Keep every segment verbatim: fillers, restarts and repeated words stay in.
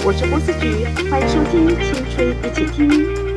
我是郭思菊，欢迎收听《青春一起听》。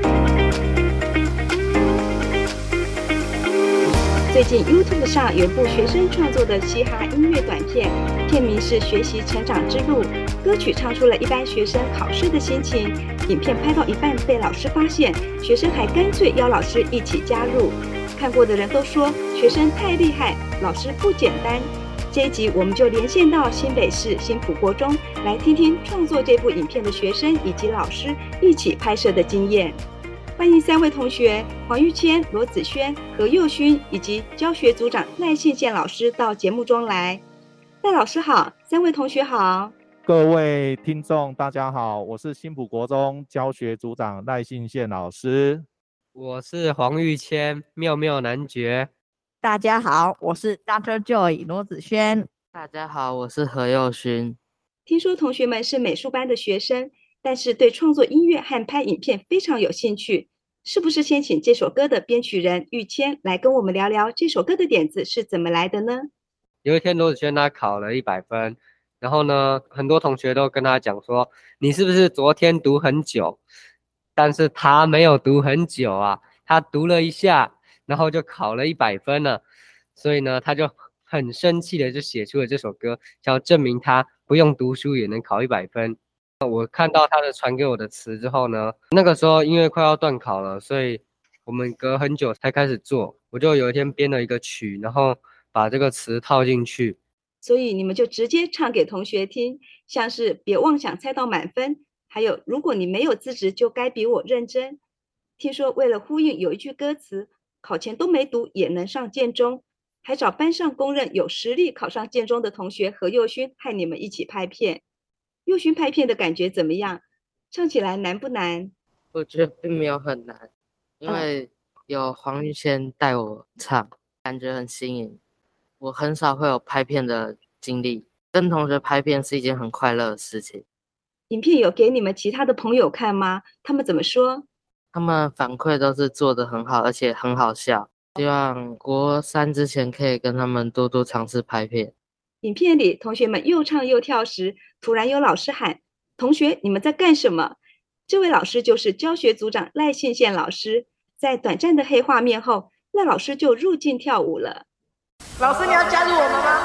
最近 YouTube 上有一部学生创作的嘻哈音乐短片，片名是《学习成长之路》，歌曲唱出了一般学生考试的心情。影片拍到一半被老师发现，学生还干脆邀老师一起加入。看过的人都说学生太厉害，老师不简单。这一集我们就连线到新北市新埔国中，来听听创作这部影片的学生以及老师一起拍摄的经验。欢迎三位同学黄玉谦、罗子轩、何佑勋以及教学组长赖信宪老师到节目中来。赖老师好，三位同学好。 各位听众大家好，我是新埔国中教学组长赖信宪老师。 我是黄玉谦，妙妙男爵。 大家好，我是 Doctor Joy 罗子轩。 大家好，我是何佑勋。 听说同学们是美术班的学生，但是对创作音乐和拍影片非常有兴趣，是不是先请这首歌的编曲人玉谦来跟我们聊聊这首歌的点子是怎么来的呢？ 有一天罗子轩他考了一百分，然后呢很多同学都跟他讲说，你是不是昨天读很久？但是他没有读很久啊，他读了一下，然后就考了一百分了，所以呢他就很生气的就写出了这首歌，想要证明他不用读书也能考一百分。我看到他的传给我的词之后呢，那个时候因为快要段考了，所以我们隔很久才开始做。我就有一天编了一个曲，然后把这个词套进去， 所以你们就直接唱给同学听，像是别妄想猜到满分，还有如果你没有资质就该比我认真。听说为了呼应有一句歌词，考前都没读也能上建中，还找班上公认有实力考上建中的同学何佑勋和你们一起拍片。佑勋拍片的感觉怎么样？唱起来难不难？ 我觉得并没有很难，因为有黄玉谦带我唱，感觉很新颖。我很少会有拍片的经历，跟同学拍片是一件很快乐的事情。 影片有给你们其他的朋友看吗？他们怎么说？ 他们反馈都是做得很好，而且很好笑。希望国三之前可以跟他们多多尝试拍片。 影片里同学们又唱又跳时，突然有老师喊：同学，你们在干什么？这位老师就是教学组长赖信宪老师。在短暂的黑画面后，赖老师就入镜跳舞了。 老师，你要加入我们吗？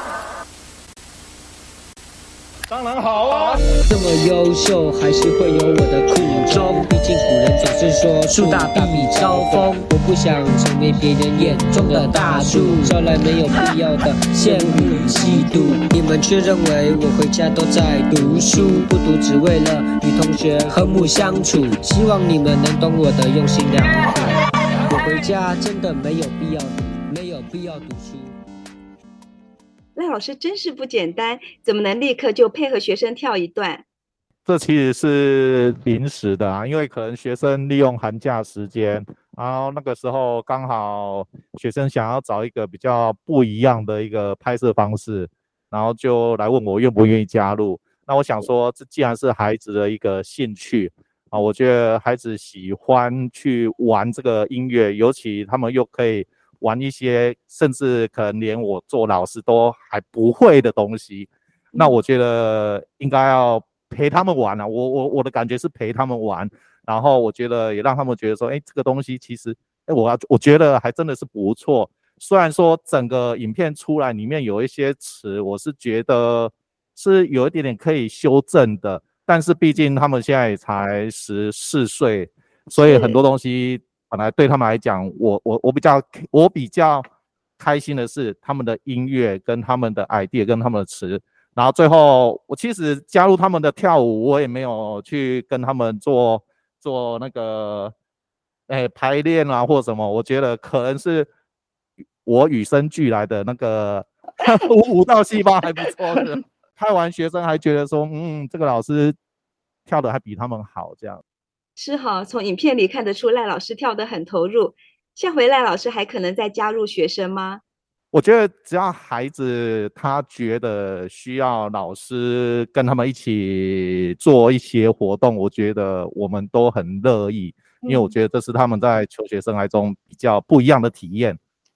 当然好啊！ 这么优秀，还是会有我的苦衷。毕竟古人总是说树大必招风，我不想成为别人眼中的大树，招来没有必要的羡慕与嫉妒。你们却认为我回家都在读书，不读只为了与同学和睦相处。希望你们能懂我的用心良苦。我回家真的没有必要，没有必要读书。 赖老师真是不简单，怎么能立刻就配合学生跳一段？ 这其实是临时的啊，因为可能学生利用寒假时间，然后那个时候刚好学生想要找一个比较不一样的一个拍摄方式，然后就来问我愿不愿意加入。那我想说，这既然是孩子的一个兴趣啊，我觉得孩子喜欢去玩这个音乐，尤其他们又可以玩一些甚至可能连我做老师都还不会的东西，那我觉得应该要陪他们玩啊。我我我的感觉是陪他们玩，然后我觉得也让他们觉得说，哎，这个东西其实，哎，我我觉得还真的是不错。虽然说整个影片出来里面有一些词，我是觉得是有一点点可以修正的，但是毕竟他们现在才十四岁，所以很多东西本来对他们来讲，我我我比较我比较开心的是他们的音乐跟他们的 idea 跟他们的词，然后最后我其实加入他们的跳舞，我也没有去跟他们做做那个哎排练啊或什么，我觉得可能是我与生俱来的那个舞蹈细胞还不错的。拍完学生还觉得说，嗯，这个老师跳的还比他们好这样。 是哈，从影片里看得出赖老师跳得很投入。下回赖老师还可能再加入学生吗？ 我觉得只要孩子他觉得需要老师跟他们一起做一些活动，我觉得我们都很乐意，因为我觉得这是他们在求学生涯中比较不一样的体验。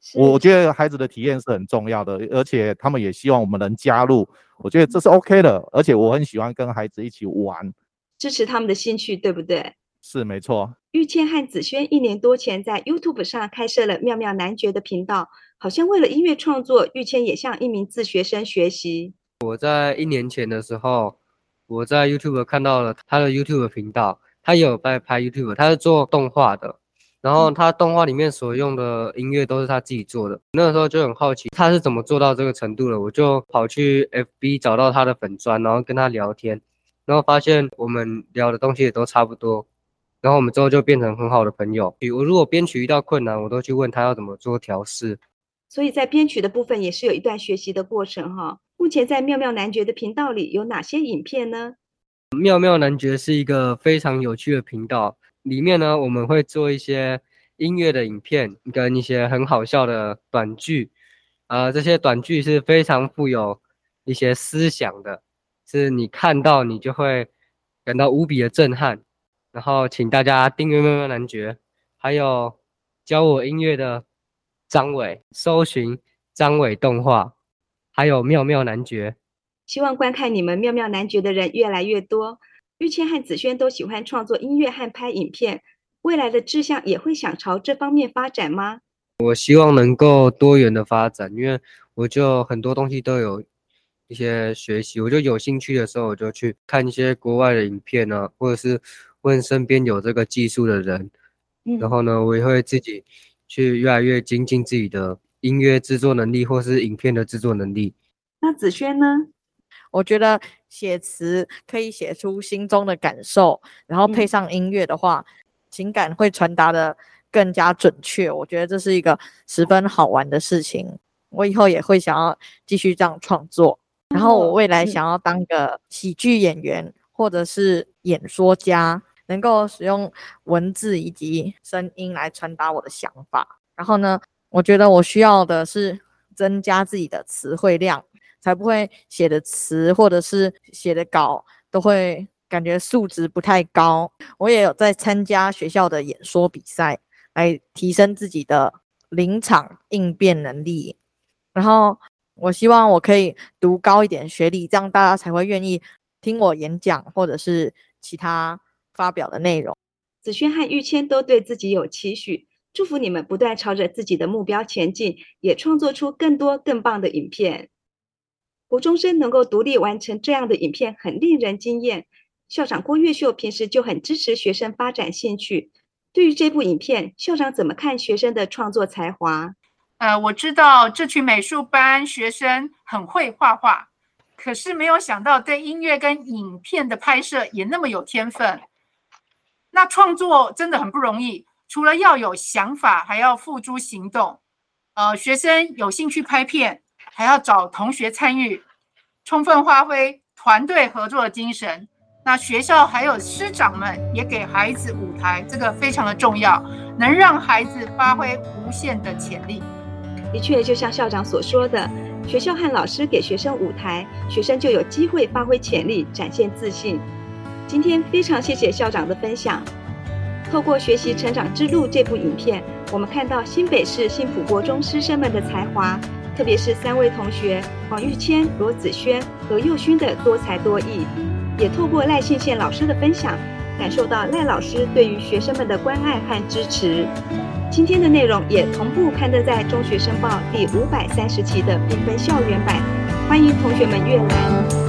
我觉得孩子的体验是很重要的，而且他们也希望我们能加入，我觉得这是 OK 的，而且我很喜欢跟孩子一起玩， 支持他们的兴趣，对不对？ 是没错。 玉谦和子轩一年多前在 YouTube 上开设了妙妙男爵的频道，好像为了音乐创作，玉谦也向一名自学生学习。 我在一年前的时候，我在 YouTube 看到了他的 YouTube 频道，他也有在拍 YouTube， 他是做动画的，然后他动画里面所用的音乐都是他自己做的。那个时候就很好奇他是怎么做到这个程度的，我就跑去 F B 找到他的粉专，然后跟他聊天，然后发现我们聊的东西也都差不多。然后我们之后就变成很好的朋友。我如果编曲遇到困难，我都去问他要怎么做调试。 所以在编曲的部分也是有一段学习的过程哈。目前在妙妙男爵的频道里有哪些影片呢？ 妙妙男爵是一个非常有趣的频道，里面呢我们会做一些音乐的影片跟一些很好笑的短剧，呃，这些短剧是非常富有一些思想的，是你看到你就会感到无比的震撼。然后请大家订阅妙妙男爵，还有教我音乐的张伟，搜寻张伟动画，还有妙妙男爵。 希望观看你们妙妙男爵的人越来越多。玉谦和子轩都喜欢创作音乐和拍影片，未来的志向也会想朝这方面发展吗？ 我希望能够多元的发展，因为我就很多东西都有一些学习，我就有兴趣的时候我就去看一些国外的影片啊，或者是问身边有这个技术的人，嗯、然后呢我也会自己去越来越精进自己的音乐制作能力或是影片的制作能力。 那子轩呢？ 我觉得写词可以写出心中的感受，然后配上音乐的话、嗯、情感会传达的更加准确，我觉得这是一个十分好玩的事情，我以后也会想要继续这样创作、嗯、然后我未来想要当个喜剧演员、嗯、或者是演说家，能够使用文字以及声音来传达我的想法。然后呢，我觉得我需要的是增加自己的词汇量，才不会写的词或者是写的稿都会感觉素质不太高。我也有在参加学校的演说比赛，来提升自己的临场应变能力。然后我希望我可以读高一点学历，这样大家才会愿意听我演讲或者是其他发表的内容。 子轩和玉谦都对自己有期许，祝福你们不断朝着自己的目标前进，也创作出更多更棒的影片。国中生能够独立完成这样的影片很令人惊艳。校长郭月秀平时就很支持学生发展兴趣，对于这部影片，校长怎么看学生的创作才华？ 呃，我知道这群美术班学生很会画画，可是没有想到对音乐跟影片的拍摄也那么有天分。那创作真的很不容易，除了要有想法，还要付诸行动。呃，学生有兴趣拍片，还要找同学参与，充分发挥团队合作的精神。那学校还有师长们也给孩子舞台，这个非常的重要，能让孩子发挥无限的潜力。 的确，就像校长所说的，学校和老师给学生舞台，学生就有机会发挥潜力，展现自信。今天非常谢谢校长的分享。透过学习成长之路这部影片，我们看到新北市新埔国中师生们的才华，特别是三位同学黄玉谦、罗子轩和佑勋的多才多艺，也透过赖信宪老师的分享，感受到赖老师对于学生们的关爱和支持。今天的内容也同步刊登在《中学生报》第五百三十期的缤纷校园版，欢迎同学们阅览。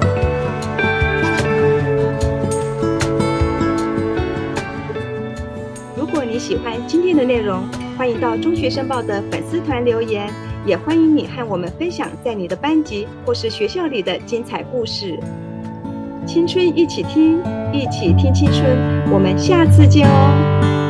如果你喜欢今天的内容，欢迎到《中学生报》的粉丝团留言，也欢迎你和我们分享在你的班级或是学校里的精彩故事。青春一起听，一起听青春，我们下次见哦。